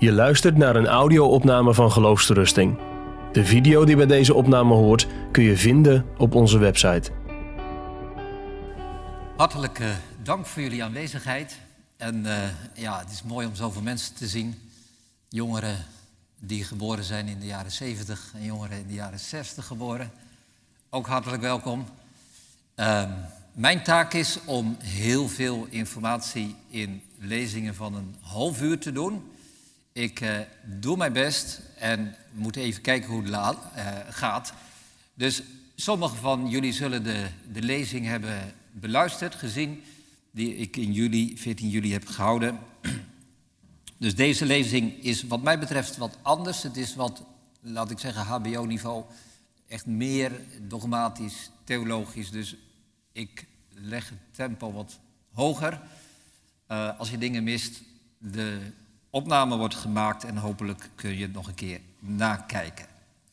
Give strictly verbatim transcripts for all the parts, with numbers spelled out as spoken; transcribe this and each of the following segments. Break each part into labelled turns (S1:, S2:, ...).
S1: Je luistert naar een audio-opname van Geloofsterusting. De video die bij deze opname hoort kun je vinden op onze website.
S2: Hartelijk uh, dank voor jullie aanwezigheid. En uh, ja, het is mooi om zoveel mensen te zien. Jongeren die geboren zijn in de jaren zeventig en jongeren in de jaren zestig geboren. Ook hartelijk welkom. Uh, mijn taak is om heel veel informatie in lezingen van een half uur te doen. Ik uh, doe mijn best en we moeten even kijken hoe het la- uh, gaat. Dus sommigen van jullie zullen de, de lezing hebben beluisterd, gezien, die ik in juli, veertien juli heb gehouden. Dus deze lezing is wat mij betreft wat anders. Het is wat, laat ik zeggen, H B O-niveau. Echt meer dogmatisch, theologisch. Dus ik leg het tempo wat hoger. Uh, als je dingen mist, de opname wordt gemaakt en hopelijk kun je het nog een keer nakijken.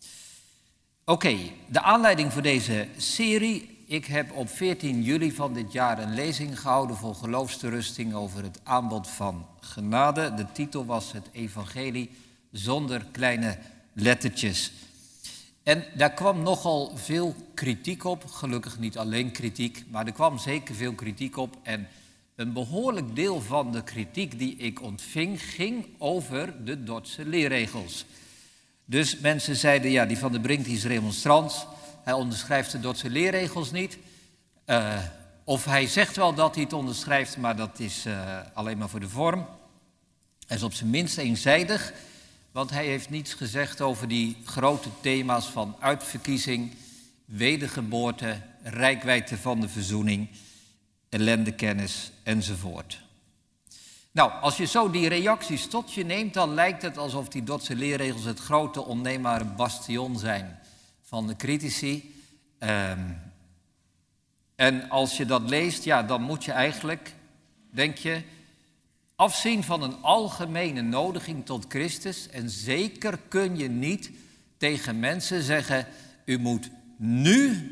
S2: Oké, okay, de aanleiding voor deze serie. Ik heb op veertien juli van dit jaar een lezing gehouden voor Geloofsterusting over het aanbod van genade. De titel was het Evangelie zonder kleine lettertjes. En daar kwam nogal veel kritiek op. Gelukkig niet alleen kritiek, maar er kwam zeker veel kritiek op. En een behoorlijk deel van de kritiek die ik ontving ging over de Dordtse leerregels. Dus mensen zeiden, ja, die Van der Brink die is remonstrant. Hij onderschrijft de Dordtse leerregels niet. Uh, of hij zegt wel dat hij het onderschrijft, maar dat is uh, alleen maar voor de vorm. Hij is op zijn minst eenzijdig, want hij heeft niets gezegd over die grote thema's van uitverkiezing, wedergeboorte, reikwijdte van de verzoening, ellendekennis enzovoort. Nou, als je zo die reacties tot je neemt, dan lijkt het alsof die Dordtse leerregels het grote onneembare bastion zijn van de critici. Um, en als je dat leest, ja, dan moet je eigenlijk, denk je, afzien van een algemene nodiging tot Christus. En zeker kun je niet tegen mensen zeggen, u moet nu,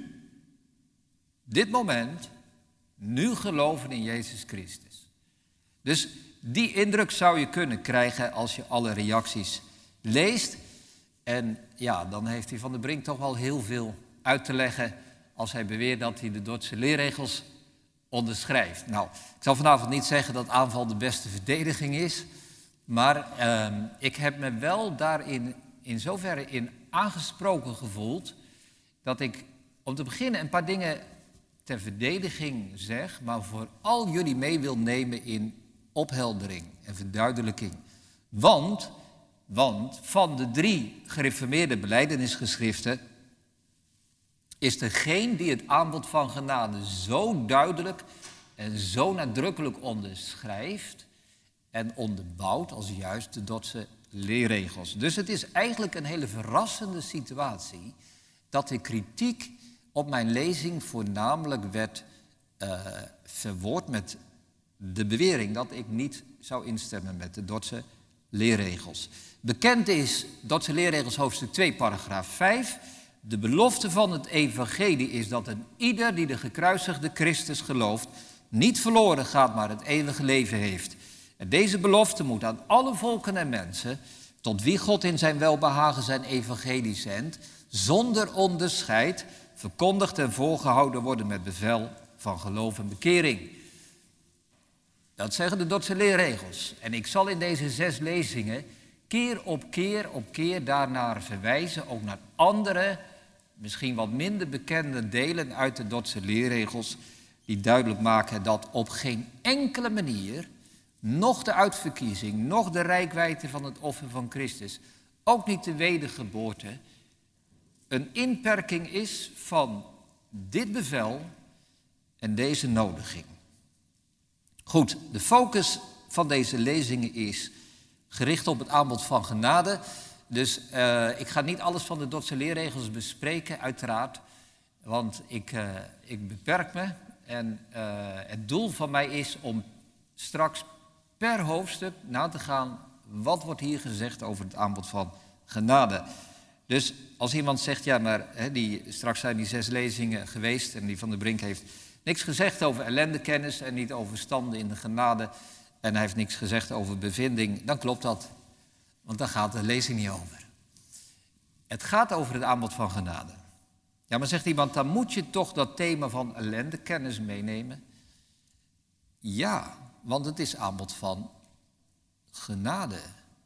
S2: dit moment, nu geloven in Jezus Christus. Dus die indruk zou je kunnen krijgen als je alle reacties leest. En ja, dan heeft hij Van der Brink toch wel heel veel uit te leggen als hij beweert dat hij de Dordtse leerregels onderschrijft. Nou, ik zal vanavond niet zeggen dat aanval de beste verdediging is, maar eh, ik heb me wel daarin in zoverre in aangesproken gevoeld dat ik om te beginnen een paar dingen ter verdediging zeg, maar vooral jullie mee wil nemen in opheldering en verduidelijking. Want, want van de drie gereformeerde belijdenisgeschriften is er geen die het aanbod van genade zo duidelijk en zo nadrukkelijk onderschrijft en onderbouwt als juist de Dordtse leerregels. Dus het is eigenlijk een hele verrassende situatie dat de kritiek op mijn lezing voornamelijk werd uh, verwoord met de bewering dat ik niet zou instemmen met de Dordtse leerregels. Bekend is Dordtse leerregels hoofdstuk twee, paragraaf vijf. De belofte van het evangelie is dat een ieder die de gekruisigde Christus gelooft niet verloren gaat, maar het eeuwige leven heeft. En deze belofte moet aan alle volken en mensen, tot wie God in zijn welbehagen zijn evangelie zendt, zonder onderscheid verkondigd en volgehouden worden met bevel van geloof en bekering. Dat zeggen de Dordtse leerregels. En ik zal in deze zes lezingen keer op keer op keer daarnaar verwijzen, ook naar andere, misschien wat minder bekende delen uit de Dordtse leerregels, die duidelijk maken dat op geen enkele manier, nog de uitverkiezing, nog de reikwijdte van het offer van Christus, ook niet de wedergeboorte, een inperking is van dit bevel en deze nodiging. Goed, de focus van deze lezingen is gericht op het aanbod van genade. Dus uh, ik ga niet alles van de Dordtse leerregels bespreken, uiteraard. Want ik, uh, ik beperk me. En uh, het doel van mij is om straks per hoofdstuk na te gaan, wat wordt hier gezegd over het aanbod van genade. Dus als iemand zegt, ja, maar hè, die, straks zijn die zes lezingen geweest en die Van der Brink heeft niks gezegd over ellendekennis en niet over standen in de genade en hij heeft niks gezegd over bevinding, dan klopt dat. Want daar gaat de lezing niet over. Het gaat over het aanbod van genade. Ja, maar zegt iemand, dan moet je toch dat thema van ellendekennis meenemen? Ja, want het is aanbod van genade.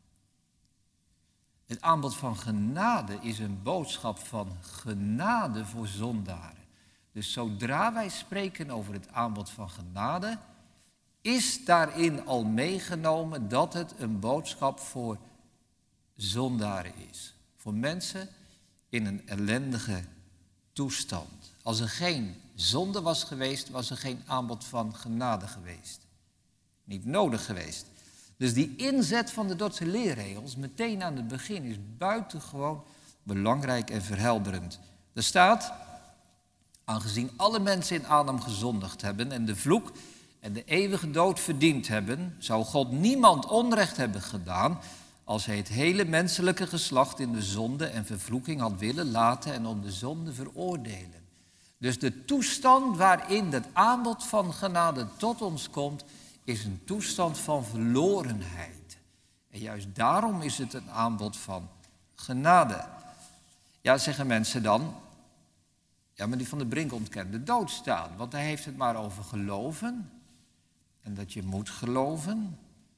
S2: Het aanbod van genade is een boodschap van genade voor zondaren. Dus zodra wij spreken over het aanbod van genade, is daarin al meegenomen dat het een boodschap voor zondaren is. Voor mensen in een ellendige toestand. Als er geen zonde was geweest, was er geen aanbod van genade geweest. Niet nodig geweest. Dus die inzet van de Dordtse leerregels meteen aan het begin is buitengewoon belangrijk en verhelderend. Er staat, aangezien alle mensen in Adam gezondigd hebben en de vloek en de eeuwige dood verdiend hebben, zou God niemand onrecht hebben gedaan als hij het hele menselijke geslacht in de zonde en vervloeking had willen laten en om de zonde veroordelen. Dus de toestand waarin het aanbod van genade tot ons komt, is een toestand van verlorenheid. En juist daarom is het een aanbod van genade. Ja, zeggen mensen dan, ja, maar die Van der Brink ontkent de dood staan, want hij heeft het maar over geloven en dat je moet geloven.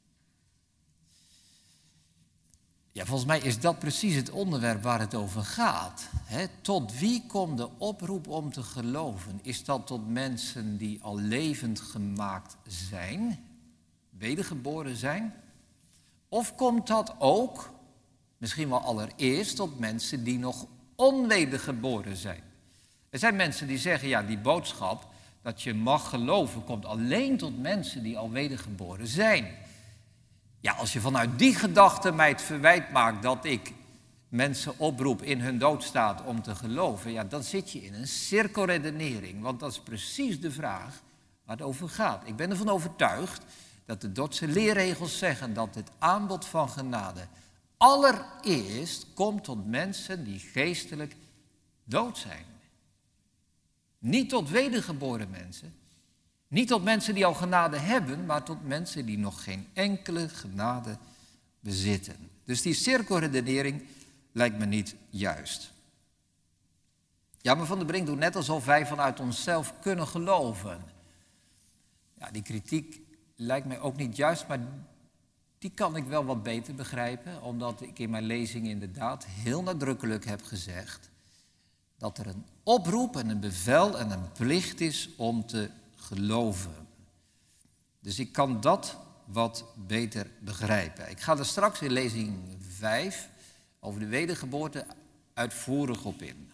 S2: Ja, volgens mij is dat precies het onderwerp waar het over gaat. He, tot wie komt de oproep om te geloven? Is dat tot mensen die al levend gemaakt zijn, wedergeboren zijn? Of komt dat ook, misschien wel allereerst, tot mensen die nog onwedergeboren zijn? Er zijn mensen die zeggen, ja, die boodschap dat je mag geloven komt alleen tot mensen die al wedergeboren zijn. Ja, als je vanuit die gedachte mij het verwijt maakt dat ik mensen oproep in hun doodstaat om te geloven, ja, dan zit je in een cirkelredenering. Want dat is precies de vraag waar het over gaat. Ik ben ervan overtuigd dat de Dordtse leerregels zeggen dat het aanbod van genade allereerst komt tot mensen die geestelijk dood zijn. Niet tot wedergeboren mensen. Niet tot mensen die al genade hebben, maar tot mensen die nog geen enkele genade bezitten. Dus die cirkelredenering lijkt me niet juist. Ja, maar Van der Brink doet net alsof wij vanuit onszelf kunnen geloven. Ja, die kritiek lijkt mij ook niet juist, maar die kan ik wel wat beter begrijpen. Omdat ik in mijn lezing inderdaad heel nadrukkelijk heb gezegd dat er een oproep en een bevel en een plicht is om te geloven. Dus ik kan dat wat beter begrijpen. Ik ga er straks in lezing vijf over de wedergeboorte uitvoerig op in.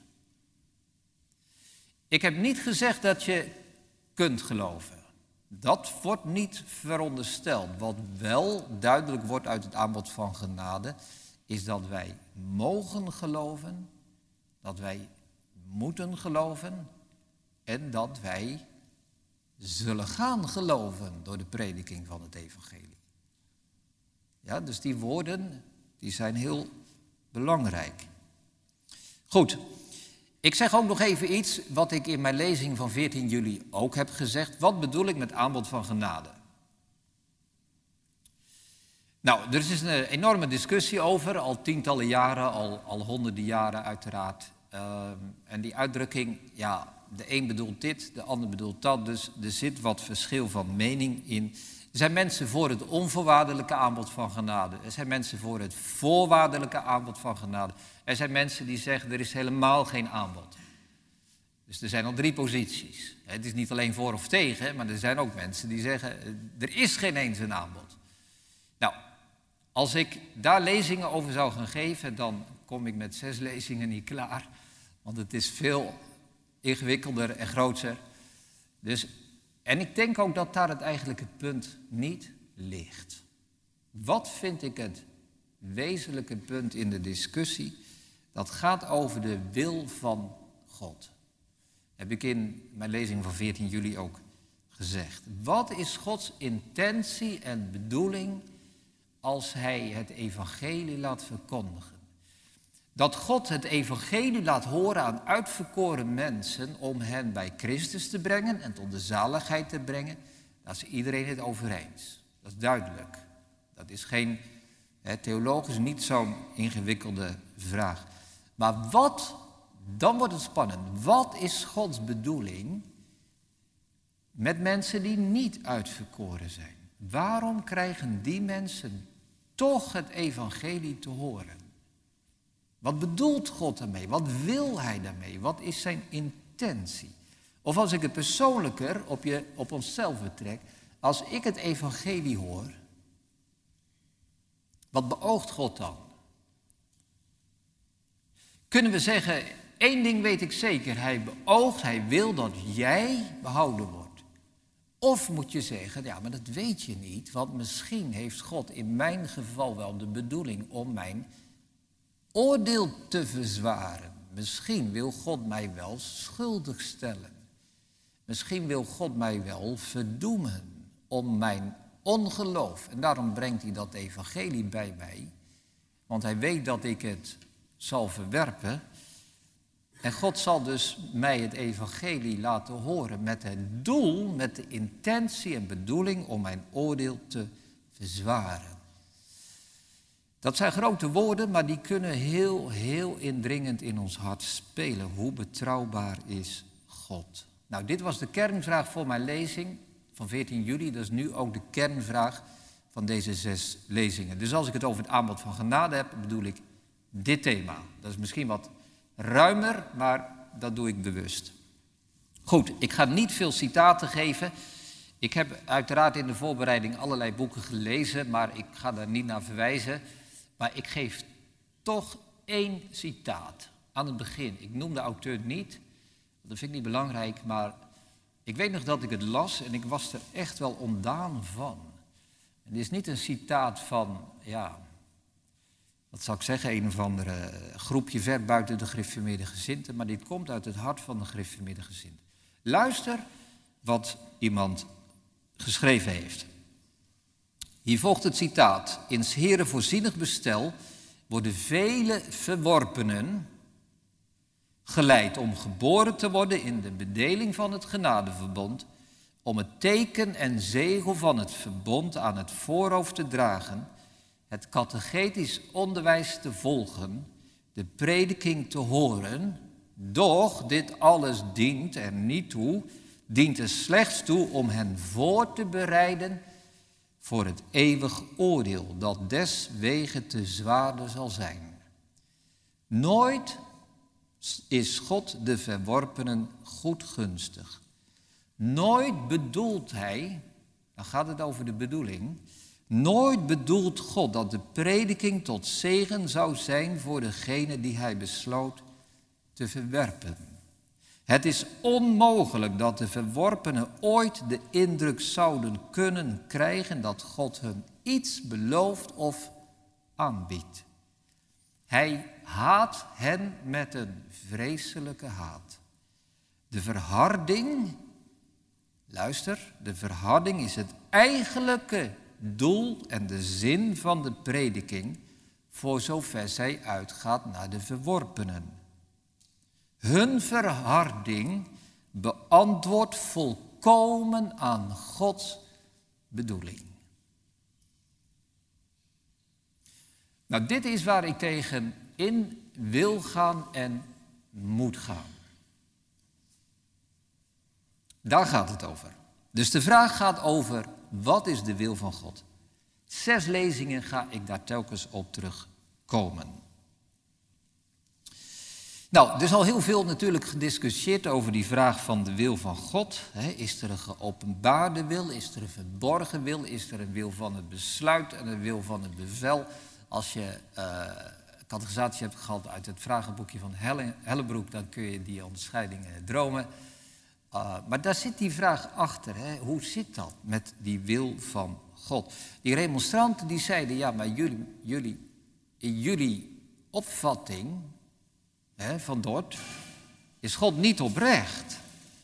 S2: Ik heb niet gezegd dat je kunt geloven. Dat wordt niet verondersteld. Wat wel duidelijk wordt uit het aanbod van genade, is dat wij mogen geloven, dat wij moeten geloven en dat wij zullen gaan geloven door de prediking van het evangelie. Ja, dus die woorden, die zijn heel belangrijk. Goed, ik zeg ook nog even iets wat ik in mijn lezing van veertien juli ook heb gezegd. Wat bedoel ik met aanbod van genade? Nou, er is een enorme discussie over, al tientallen jaren, al, al honderden jaren uiteraard. Uh, en die uitdrukking, ja, de een bedoelt dit, de ander bedoelt dat, dus er zit wat verschil van mening in. Er zijn mensen voor het onvoorwaardelijke aanbod van genade. Er zijn mensen voor het voorwaardelijke aanbod van genade. Er zijn mensen die zeggen, er is helemaal geen aanbod. Dus er zijn al drie posities. Het is niet alleen voor of tegen, maar er zijn ook mensen die zeggen, er is geen eens een aanbod. Nou, als ik daar lezingen over zou gaan geven, dan kom ik met zes lezingen niet klaar. Want het is veel ingewikkelder en groter. Dus, en ik denk ook dat daar het eigenlijk het punt niet ligt. Wat vind ik het wezenlijke punt in de discussie? Dat gaat over de wil van God. Heb ik in mijn lezing van veertien juli ook gezegd. Wat is Gods intentie en bedoeling als hij het evangelie laat verkondigen? Dat God het evangelie laat horen aan uitverkoren mensen om hen bij Christus te brengen en tot de zaligheid te brengen, daar is iedereen het over eens. Dat is duidelijk. Dat is geen He, theologisch niet zo'n ingewikkelde vraag. Maar wat, dan wordt het spannend. Wat is Gods bedoeling met mensen die niet uitverkoren zijn? Waarom krijgen die mensen toch het evangelie te horen? Wat bedoelt God daarmee? Wat wil hij daarmee? Wat is zijn intentie? Of als ik het persoonlijker op, je, op onszelf betrek, als ik het evangelie hoor, wat beoogt God dan? Kunnen we zeggen, één ding weet ik zeker, hij beoogt, hij wil dat jij behouden wordt. Of moet je zeggen, ja, maar dat weet je niet, want misschien heeft God in mijn geval wel de bedoeling om mijn oordeel te verzwaren. Misschien wil God mij wel schuldig stellen. Misschien wil God mij wel verdoemen om mijn ongeloof. En daarom brengt hij dat evangelie bij mij. Want hij weet dat ik het zal verwerpen. En God zal dus mij het evangelie laten horen met het doel, met de intentie en bedoeling om mijn oordeel te verzwaren. Dat zijn grote woorden, maar die kunnen heel, heel indringend in ons hart spelen. Hoe betrouwbaar is God? Nou, dit was de kernvraag voor mijn lezing van veertien juli. Dat is nu ook de kernvraag van deze zes lezingen. Dus als ik het over het aanbod van genade heb, bedoel ik dit thema. Dat is misschien wat ruimer, maar dat doe ik bewust. Goed, ik ga niet veel citaten geven. Ik heb uiteraard in de voorbereiding allerlei boeken gelezen, maar ik ga daar niet naar verwijzen. Maar ik geef toch één citaat aan het begin. Ik noem de auteur niet, dat vind ik niet belangrijk, maar ik weet nog dat ik het las en ik was er echt wel ontdaan van. En dit is niet een citaat van, ja, wat zal ik zeggen, een of andere groepje ver buiten de gereformeerde gezinten, maar dit komt uit het hart van de gereformeerde gezinten. Luister wat iemand geschreven heeft. Hier volgt het citaat. In 's Heeren voorzienig bestel worden vele verworpenen geleid om geboren te worden in de bedeling van het genadeverbond, om het teken en zegel van het verbond aan het voorhoofd te dragen, het catechetisch onderwijs te volgen, de prediking te horen, doch dit alles dient er niet toe, dient er slechts toe om hen voor te bereiden voor het eeuwig oordeel, dat deswege te zwaarder zal zijn. Nooit is God de verworpenen goedgunstig. Nooit bedoelt hij, dan gaat het over de bedoeling, nooit bedoelt God dat de prediking tot zegen zou zijn voor degene die hij besloot te verwerpen. Het is onmogelijk dat de verworpenen ooit de indruk zouden kunnen krijgen dat God hun iets belooft of aanbiedt. Hij haat hen met een vreselijke haat. De verharding, luister, de verharding is het eigenlijke doel en de zin van de prediking, voor zover zij uitgaat naar de verworpenen. Hun verharding beantwoordt volkomen aan Gods bedoeling. Nou, dit is waar ik tegen in wil gaan en moet gaan. Daar gaat het over. Dus de vraag gaat over, wat is de wil van God? Zes lezingen ga ik daar telkens op terugkomen. Nou, er is al heel veel natuurlijk gediscussieerd over die vraag van de wil van God. Is er een geopenbaarde wil? Is er een verborgen wil? Is er een wil van het besluit en een wil van het bevel? Als je uh, catechisatie hebt gehad uit het vragenboekje van Helle, Hellebroek, dan kun je die onderscheidingen dromen. Uh, maar daar zit die vraag achter. Hè? Hoe zit dat met die wil van God? Die remonstranten die zeiden, ja, maar jullie, jullie, in jullie opvatting, hè, van Dort, is God niet oprecht.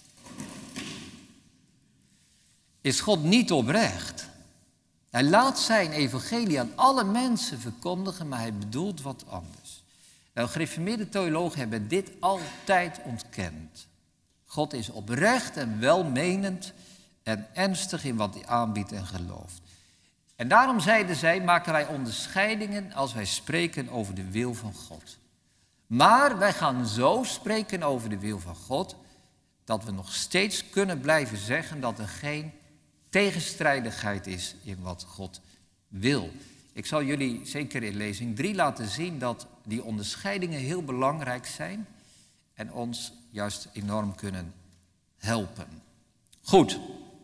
S2: Is God niet oprecht. Hij laat zijn evangelie aan alle mensen verkondigen, maar hij bedoelt wat anders. Nou, gereformeerde theologen hebben dit altijd ontkend. God is oprecht en welmenend en ernstig in wat hij aanbiedt en gelooft. En daarom zeiden zij, maken wij onderscheidingen als wij spreken over de wil van God. Maar wij gaan zo spreken over de wil van God, dat we nog steeds kunnen blijven zeggen dat er geen tegenstrijdigheid is in wat God wil. Ik zal jullie zeker in lezing drie laten zien dat die onderscheidingen heel belangrijk zijn en ons juist enorm kunnen helpen. Goed.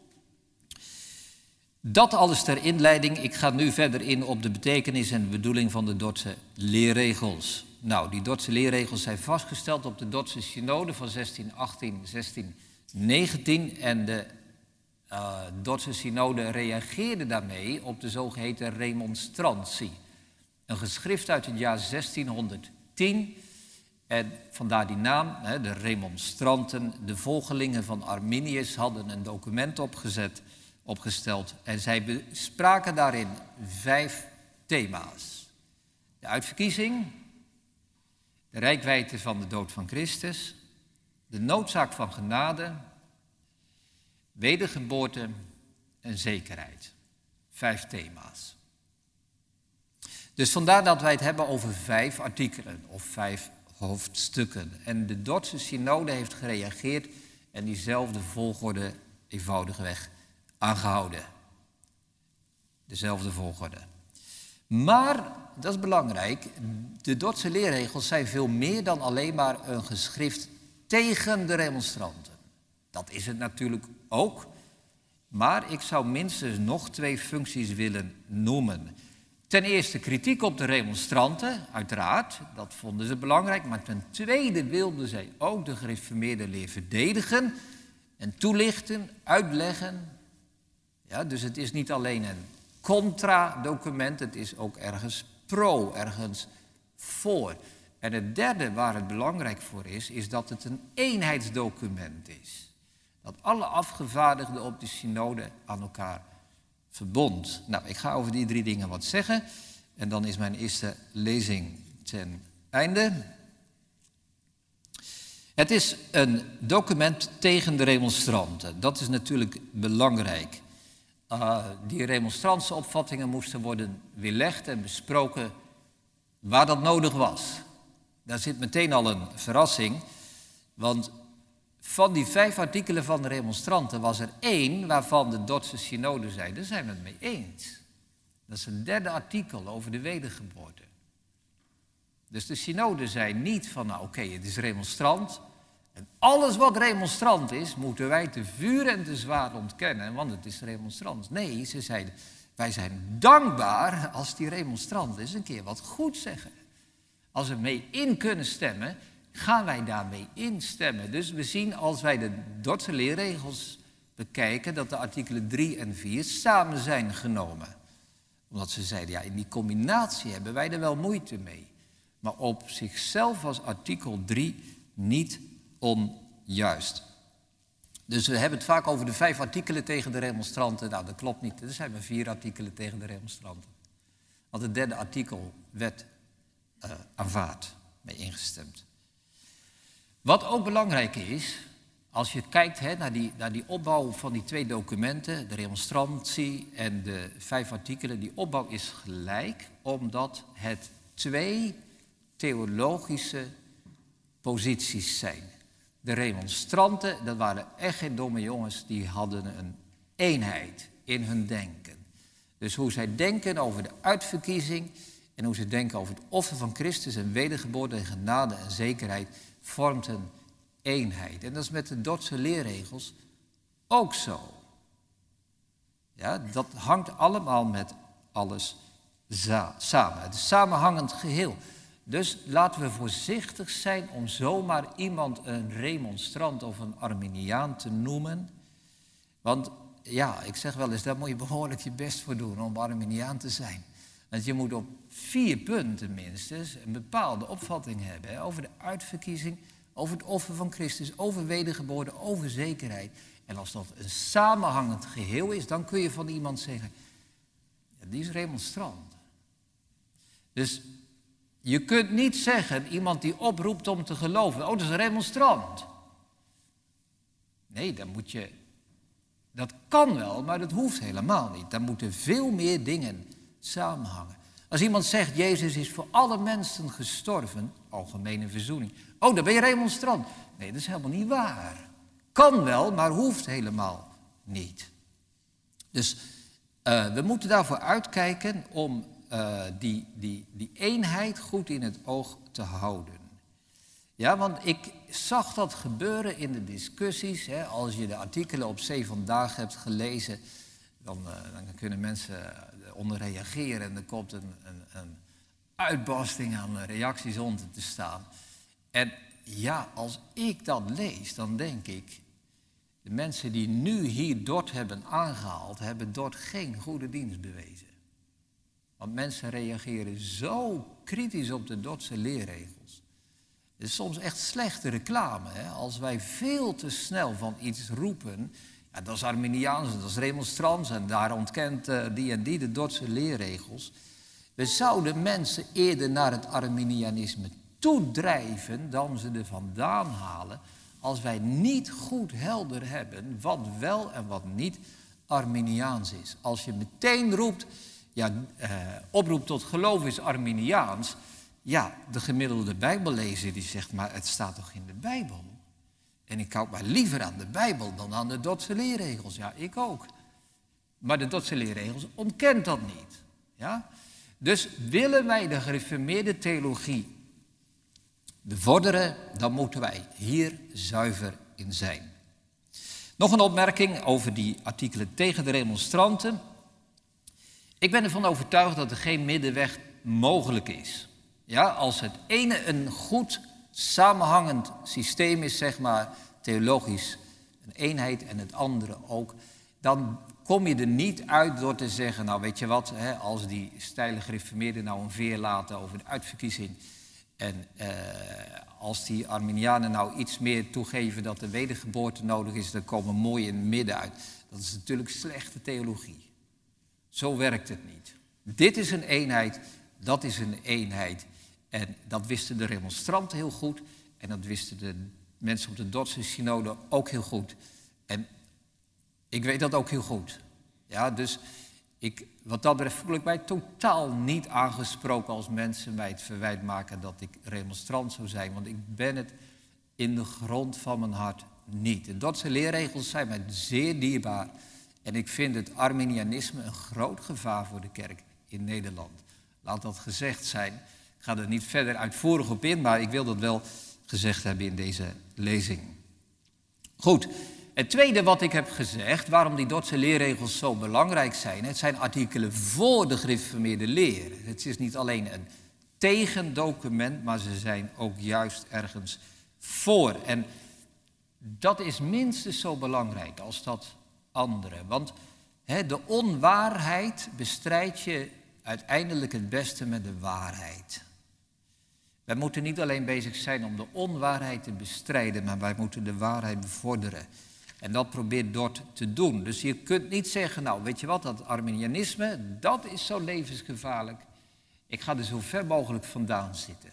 S2: Dat alles ter inleiding. Ik ga nu verder in op de betekenis en de bedoeling van de Dordtse leerregels. Nou, die Dordtse leerregels zijn vastgesteld op de Dordtse synode van zestien achttien, zestien negentien. En de uh, Dordtse synode reageerde daarmee op de zogeheten remonstrantie. Een geschrift uit het jaar zestienhonderdtien. En vandaar die naam, de remonstranten, de volgelingen van Arminius, hadden een document opgezet, opgesteld. En zij bespraken daarin vijf thema's. De uitverkiezing, de reikwijdte van de dood van Christus, de noodzaak van genade, wedergeboorte en zekerheid. Vijf thema's. Dus vandaar dat wij het hebben over vijf artikelen of vijf hoofdstukken. En de Dordtse synode heeft gereageerd en diezelfde volgorde eenvoudigweg aangehouden. Dezelfde volgorde. Maar, dat is belangrijk, de Dordtse leerregels zijn veel meer dan alleen maar een geschrift tegen de remonstranten. Dat is het natuurlijk ook. Maar ik zou minstens nog twee functies willen noemen. Ten eerste kritiek op de remonstranten, uiteraard, dat vonden ze belangrijk. Maar ten tweede wilden zij ook de gereformeerde leer verdedigen en toelichten, uitleggen. Ja, dus het is niet alleen een contra-document, het is ook ergens pro, ergens voor. En het derde waar het belangrijk voor is, is dat het een eenheidsdocument is. Dat alle afgevaardigden op de synode aan elkaar verbond. Nou, ik ga over die drie dingen wat zeggen. En dan is mijn eerste lezing ten einde. Het is een document tegen de remonstranten. Dat is natuurlijk belangrijk. Uh, die remonstrantse opvattingen moesten worden weerlegd en besproken waar dat nodig was. Daar zit meteen al een verrassing. Want van die vijf artikelen van de remonstranten was er één waarvan de Dordtse synode zei, daar zijn we het mee eens. Dat is een derde artikel over de wedergeboorte. Dus de synode zei niet van, nou oké, okay, het is remonstrant. En alles wat remonstrant is, moeten wij te vuur en te zwaar ontkennen, want het is remonstrant. Nee, ze zeiden, wij zijn dankbaar als die remonstrant eens een keer wat goed zeggen. Als we mee in kunnen stemmen, gaan wij daarmee instemmen. Dus we zien als wij de Dordtse leerregels bekijken dat de artikelen drie en vier samen zijn genomen. Omdat ze zeiden, ja, in die combinatie hebben wij er wel moeite mee. Maar op zichzelf was artikel drie niet onjuist. Dus we hebben het vaak over de vijf artikelen tegen de remonstranten. Nou, dat klopt niet. Er zijn maar vier artikelen tegen de remonstranten. Want het derde artikel werd uh, aanvaard, mee ingestemd. Wat ook belangrijk is, als je kijkt hè, naar, die, naar die opbouw van die twee documenten, de remonstrantie en de vijf artikelen, die opbouw is gelijk, omdat het twee theologische posities zijn. De remonstranten, dat waren echt geen domme jongens, die hadden een eenheid in hun denken. Dus hoe zij denken over de uitverkiezing en hoe ze denken over het offer van Christus en wedergeboorte en genade en zekerheid, vormt een eenheid. En dat is met de Dordtse leerregels ook zo. Ja, dat hangt allemaal met alles za- samen. Het is een samenhangend geheel. Dus laten we voorzichtig zijn om zomaar iemand een remonstrant of een Arminiaan te noemen. Want ja, ik zeg wel eens, daar moet je behoorlijk je best voor doen om Arminiaan te zijn. Want je moet op vier punten minstens een bepaalde opvatting hebben. Hè, over de uitverkiezing, over het offer van Christus, over wedergeboorte, over zekerheid. En als dat een samenhangend geheel is, dan kun je van iemand zeggen, ja, die is remonstrant. Dus je kunt niet zeggen, iemand die oproept om te geloven, oh, dat is een remonstrant. Nee, dan moet je Dat kan wel, maar dat hoeft helemaal niet. Daar moeten veel meer dingen samenhangen. Als iemand zegt, Jezus is voor alle mensen gestorven, algemene verzoening. Oh, dan ben je remonstrant. Nee, dat is helemaal niet waar. Kan wel, maar hoeft helemaal niet. Dus uh, we moeten daarvoor uitkijken om uh, die, die, die eenheid goed in het oog te houden. Ja, want ik zag dat gebeuren in de discussies. Hè. Als je de artikelen op Zee Vandaag hebt gelezen, dan, uh, dan kunnen mensen onder reageren. En er komt een, een, een uitbarsting aan reacties onder te staan. En ja, als ik dat lees, dan denk ik, de mensen die nu hier Dort hebben aangehaald, hebben Dort geen goede dienst bewezen. Want mensen reageren zo kritisch op de Dordtse leerregels. Het is soms echt slechte reclame. Hè? Als wij veel te snel van iets roepen, ja, dat is Arminiaans, dat is remonstrants en daar ontkent uh, die en die de Dordtse leerregels. We zouden mensen eerder naar het Arminianisme toedrijven dan ze er vandaan halen, als wij niet goed helder hebben wat wel en wat niet Arminiaans is. Als je meteen roept, ja, uh, oproept tot geloof is Arminiaans, ja, de gemiddelde Bijbellezer die zegt, maar het staat toch in de Bijbel? En ik houd maar liever aan de Bijbel dan aan de Dordtse leerregels. Ja, ik ook. Maar de Dordtse leerregels ontkent dat niet. Ja? Dus willen wij de gereformeerde theologie bevorderen, dan moeten wij hier zuiver in zijn. Nog een opmerking over die artikelen tegen de remonstranten. Ik ben ervan overtuigd dat er geen middenweg mogelijk is. Ja, als het ene een goed samenhangend systeem is, zeg maar, theologisch een eenheid en het andere ook, dan kom je er niet uit door te zeggen, nou weet je wat, hè, als die steile gereformeerden nou een veer laten over de uitverkiezing en eh, als die Arminianen nou iets meer toegeven dat de wedergeboorte nodig is, dan komen we mooi in het midden uit. Dat is natuurlijk slechte theologie. Zo werkt het niet. Dit is een eenheid, dat is een eenheid. En dat wisten de remonstranten heel goed. En dat wisten de mensen op de Dordtse synode ook heel goed. En ik weet dat ook heel goed. Ja, dus ik, wat dat betreft voel ik mij totaal niet aangesproken als mensen mij het verwijt maken dat ik remonstrant zou zijn. Want ik ben het in de grond van mijn hart niet. De Dordtse leerregels zijn mij zeer dierbaar. En ik vind het Arminianisme een groot gevaar voor de kerk in Nederland. Laat dat gezegd zijn. Ik ga er niet verder uitvoerig op in, maar ik wil dat wel gezegd hebben in deze lezing. Goed, het tweede wat ik heb gezegd, waarom die Dordtse leerregels zo belangrijk zijn, het zijn artikelen voor de gereformeerde leer. Het is niet alleen een tegendocument, maar ze zijn ook juist ergens voor. En dat is minstens zo belangrijk als dat andere. Want he, de onwaarheid bestrijd je uiteindelijk het beste met de waarheid. Wij moeten niet alleen bezig zijn om de onwaarheid te bestrijden, maar wij moeten de waarheid bevorderen. En dat probeert Dort te doen. Dus je kunt niet zeggen, nou weet je wat, dat Arminianisme, dat is zo levensgevaarlijk. Ik ga er zo ver mogelijk vandaan zitten.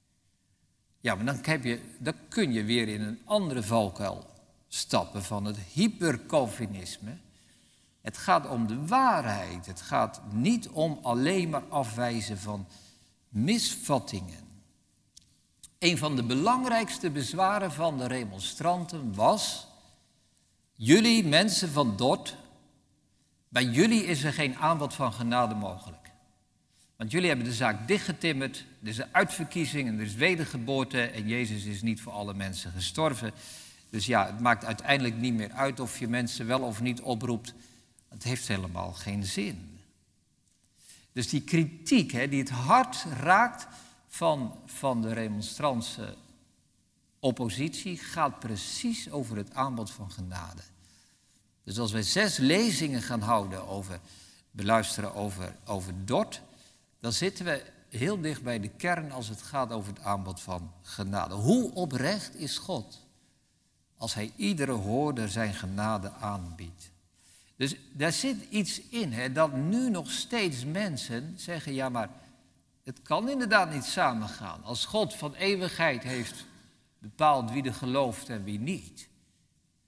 S2: Ja, maar dan, heb je, dan kun je weer in een andere valkuil stappen van het hypercalvinisme. Het gaat om de waarheid. Het gaat niet om alleen maar afwijzen van misvattingen. Een van de belangrijkste bezwaren van de remonstranten was: jullie mensen van Dort, bij jullie is er geen aanbod van genade mogelijk. Want jullie hebben de zaak dichtgetimmerd, er is een uitverkiezing en er is wedergeboorte en Jezus is niet voor alle mensen gestorven. Dus ja, het maakt uiteindelijk niet meer uit of je mensen wel of niet oproept. Het heeft helemaal geen zin. Dus die kritiek, hè, die het hart raakt van, van de remonstrantse oppositie, gaat precies over het aanbod van genade. Dus als wij zes lezingen gaan houden over, beluisteren over, over Dort, dan zitten we heel dicht bij de kern als het gaat over het aanbod van genade. Hoe oprecht is God als hij iedere hoorder zijn genade aanbiedt? Dus daar zit iets in, hè, dat nu nog steeds mensen zeggen, ja maar het kan inderdaad niet samengaan. Als God van eeuwigheid heeft bepaald wie er gelooft en wie niet,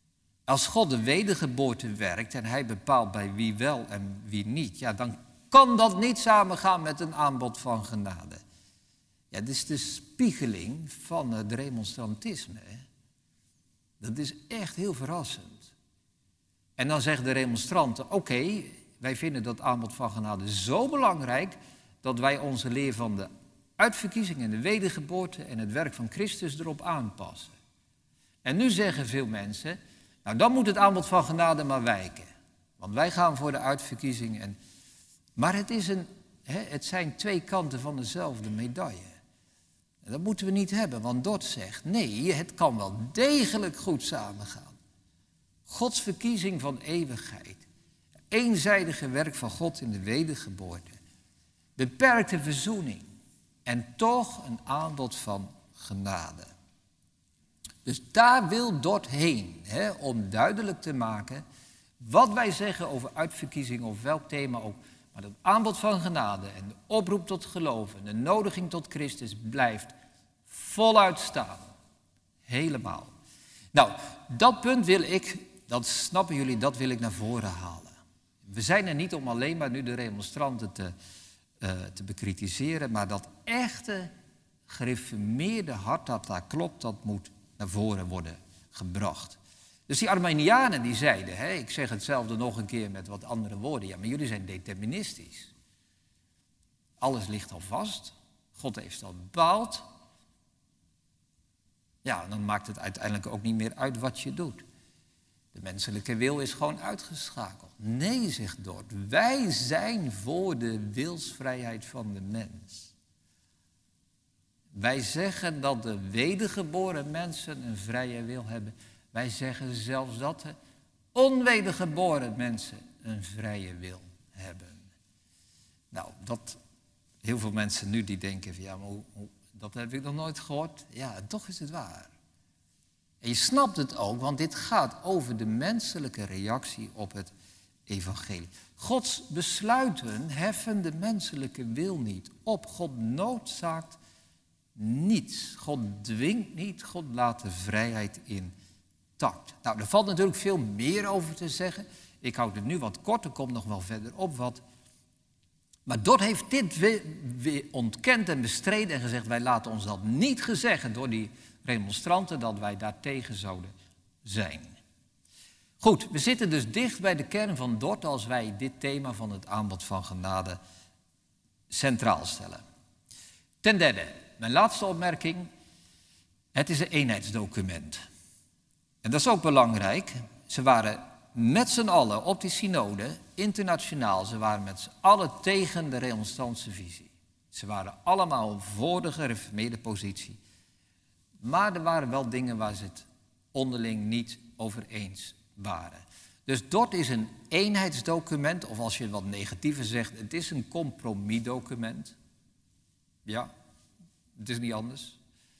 S2: Als God de wedergeboorte werkt en hij bepaalt bij wie wel en wie niet, ja, dan kan dat niet samengaan met een aanbod van genade. Ja, dit is de spiegeling van het remonstrantisme. Hè? Dat is echt heel verrassend. En dan zeggen de remonstranten, oké, okay, wij vinden dat aanbod van genade zo belangrijk dat wij onze leer van de uitverkiezing en de wedergeboorte en het werk van Christus erop aanpassen. En nu zeggen veel mensen, nou dan moet het aanbod van genade maar wijken. Want wij gaan voor de uitverkiezing. En... Maar het, is een, hè, het zijn twee kanten van dezelfde medaille. En dat moeten we niet hebben, want Dort zegt, nee, het kan wel degelijk goed samengaan. Gods verkiezing van eeuwigheid. Eenzijdige werk van God in de wedergeboorte. Beperkte verzoening. En toch een aanbod van genade. Dus daar wil Dort heen, hè, om duidelijk te maken wat wij zeggen over uitverkiezing of welk thema ook. Maar dat aanbod van genade en de oproep tot geloof en de nodiging tot Christus blijft voluit staan. Helemaal. Nou, dat punt wil ik, dat snappen jullie, dat wil ik naar voren halen. We zijn er niet om alleen maar nu de remonstranten te, uh, te bekritiseren, maar dat echte gereformeerde hart dat daar klopt, dat moet naar voren worden gebracht. Dus die Arminianen die zeiden, hè, ik zeg hetzelfde nog een keer met wat andere woorden, ja, maar jullie zijn deterministisch. Alles ligt al vast, God heeft al bepaald. Ja, dan maakt het uiteindelijk ook niet meer uit wat je doet. De menselijke wil is gewoon uitgeschakeld. Nee, zegt Dort, wij zijn voor de wilsvrijheid van de mens. Wij zeggen dat de wedergeboren mensen een vrije wil hebben. Wij zeggen zelfs dat de onwedergeboren mensen een vrije wil hebben. Nou, dat heel veel mensen nu die denken van ja, maar hoe, hoe, dat heb ik nog nooit gehoord. Ja, toch is het waar. En je snapt het ook, want dit gaat over de menselijke reactie op het evangelie. Gods besluiten heffen de menselijke wil niet op. God noodzaakt niets. God dwingt niet, God laat de vrijheid intact. Nou, er valt natuurlijk veel meer over te zeggen. Ik houd het nu wat kort, er komt nog wel verder op wat. Maar Dort heeft dit weer, weer ontkend en bestreden en gezegd, wij laten ons dat niet gezeggen door die remonstranten, dat wij daartegen zouden zijn. Goed, we zitten dus dicht bij de kern van Dort als wij dit thema van het aanbod van genade centraal stellen. Ten derde, mijn laatste opmerking, het is een eenheidsdocument. En dat is ook belangrijk. Ze waren met z'n allen op die synode, internationaal, ze waren met z'n allen tegen de remonstrantse visie. Ze waren allemaal voor de gereformeerde positie. Maar er waren wel dingen waar ze het onderling niet over eens waren. Dus Dort is een eenheidsdocument, of als je wat negatiever zegt, het is een compromisdocument. Ja, het is niet anders.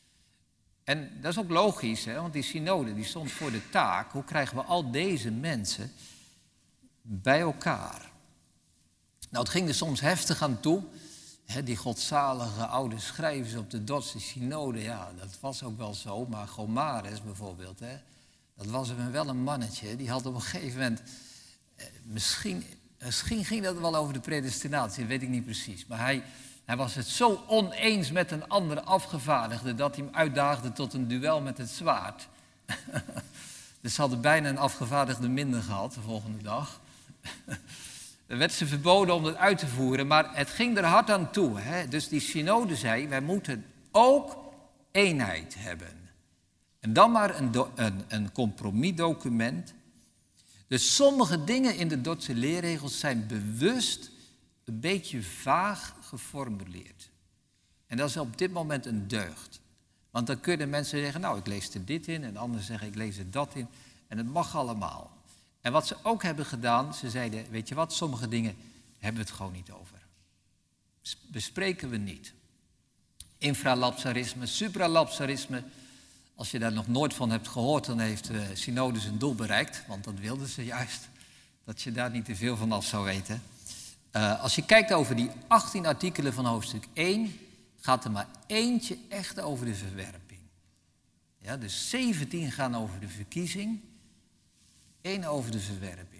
S2: En dat is ook logisch, hè, want die synode die stond voor de taak, hoe krijgen we al deze mensen bij elkaar? Nou, het ging er soms heftig aan toe. He, die godzalige oude schrijvers op de Dordtse synode, ja, dat was ook wel zo. Maar Gomarus bijvoorbeeld, hè, dat was wel een mannetje. Die had op een gegeven moment, eh, misschien, misschien ging dat wel over de predestinatie, dat weet ik niet precies. Maar hij, hij was het zo oneens met een andere afgevaardigde dat hij hem uitdaagde tot een duel met het zwaard. Dus ze hadden bijna een afgevaardigde minder gehad de volgende dag. Er werd ze verboden om dat uit te voeren, maar het ging er hard aan toe. Hè? Dus die synode zei, wij moeten ook eenheid hebben. En dan maar een, do- een, een compromisdocument. Dus sommige dingen in de Dordtse leerregels zijn bewust een beetje vaag geformuleerd. En dat is op dit moment een deugd. Want dan kunnen mensen zeggen, nou ik lees er dit in en anderen zeggen ik lees er dat in. En het mag allemaal. En wat ze ook hebben gedaan, ze zeiden, weet je wat, sommige dingen hebben we het gewoon niet over. Bespreken we niet. Infralapsarisme, supralapsarisme, als je daar nog nooit van hebt gehoord, dan heeft de synode zijn doel bereikt, want dat wilden ze juist, dat je daar niet te veel van af zou weten. Uh, als je kijkt over die achttien artikelen van hoofdstuk één, gaat er maar eentje echt over de verwerping. Ja, dus zeventien gaan over de verkiezing. Eén over de verwerping.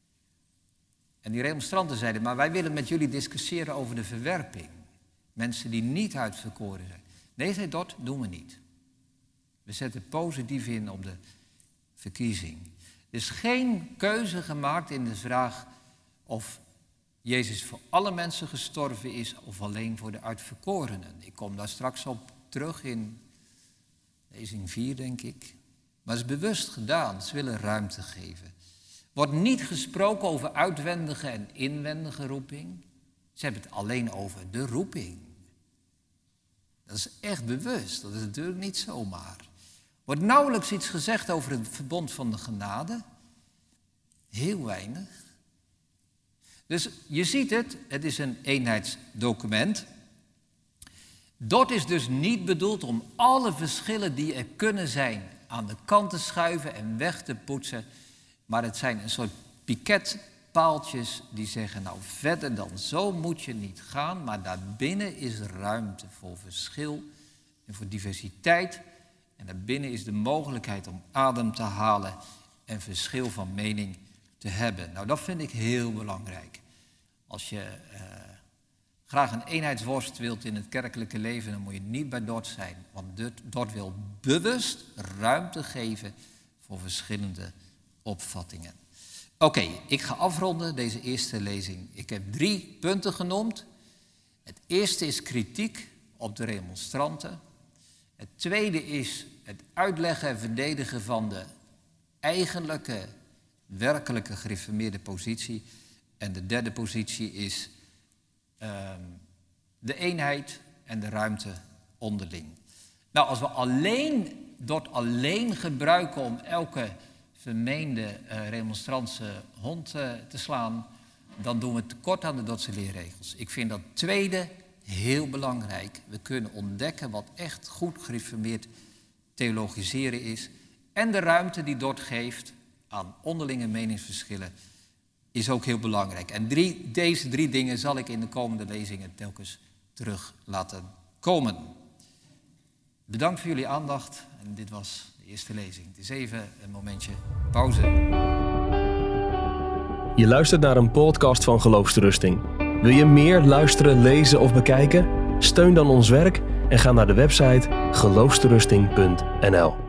S2: En die remonstranten zeiden, maar wij willen met jullie discussiëren over de verwerping. Mensen die niet uitverkoren zijn. Nee, zei dat doen we niet. We zetten positief in op de verkiezing. Er is geen keuze gemaakt in de vraag of Jezus voor alle mensen gestorven is of alleen voor de uitverkorenen. Ik kom daar straks op terug in lezing vier, denk ik. Maar het is bewust gedaan, ze willen ruimte geven. Wordt niet gesproken over uitwendige en inwendige roeping. Ze hebben het alleen over de roeping. Dat is echt bewust, dat is natuurlijk niet zomaar. Wordt nauwelijks iets gezegd over het verbond van de genade. Heel weinig. Dus je ziet het, het is een eenheidsdocument. Dat is dus niet bedoeld om alle verschillen die er kunnen zijn aan de kant te schuiven en weg te poetsen. Maar het zijn een soort piketpaaltjes die zeggen, nou verder dan zo moet je niet gaan. Maar daarbinnen is ruimte voor verschil en voor diversiteit. En daarbinnen is de mogelijkheid om adem te halen en verschil van mening te hebben. Nou, dat vind ik heel belangrijk. Als je uh, graag een eenheidsworst wilt in het kerkelijke leven, dan moet je niet bij Dort zijn. Want Dort wil bewust ruimte geven voor verschillende opvattingen. Oké, okay, ik ga afronden deze eerste lezing. Ik heb drie punten genoemd. Het eerste is kritiek op de remonstranten. Het tweede is het uitleggen en verdedigen van de eigenlijke, werkelijke gereformeerde positie. En de derde positie is uh, de eenheid en de ruimte onderling. Nou, als we alleen Dort alleen gebruiken om elke vermeende uh, remonstrantse hond uh, te slaan, dan doen we tekort aan de Dordtse leerregels. Ik vind dat tweede heel belangrijk. We kunnen ontdekken wat echt goed gereformeerd theologiseren is. En de ruimte die Dort geeft aan onderlinge meningsverschillen is ook heel belangrijk. En drie, deze drie dingen zal ik in de komende lezingen telkens terug laten komen. Bedankt voor jullie aandacht. En dit was de eerste lezing. Het is even een momentje pauze.
S1: Je luistert naar een podcast van Geloofsterusting. Wil je meer luisteren, lezen of bekijken? Steun dan ons werk en ga naar de website geloofsterusting punt n l.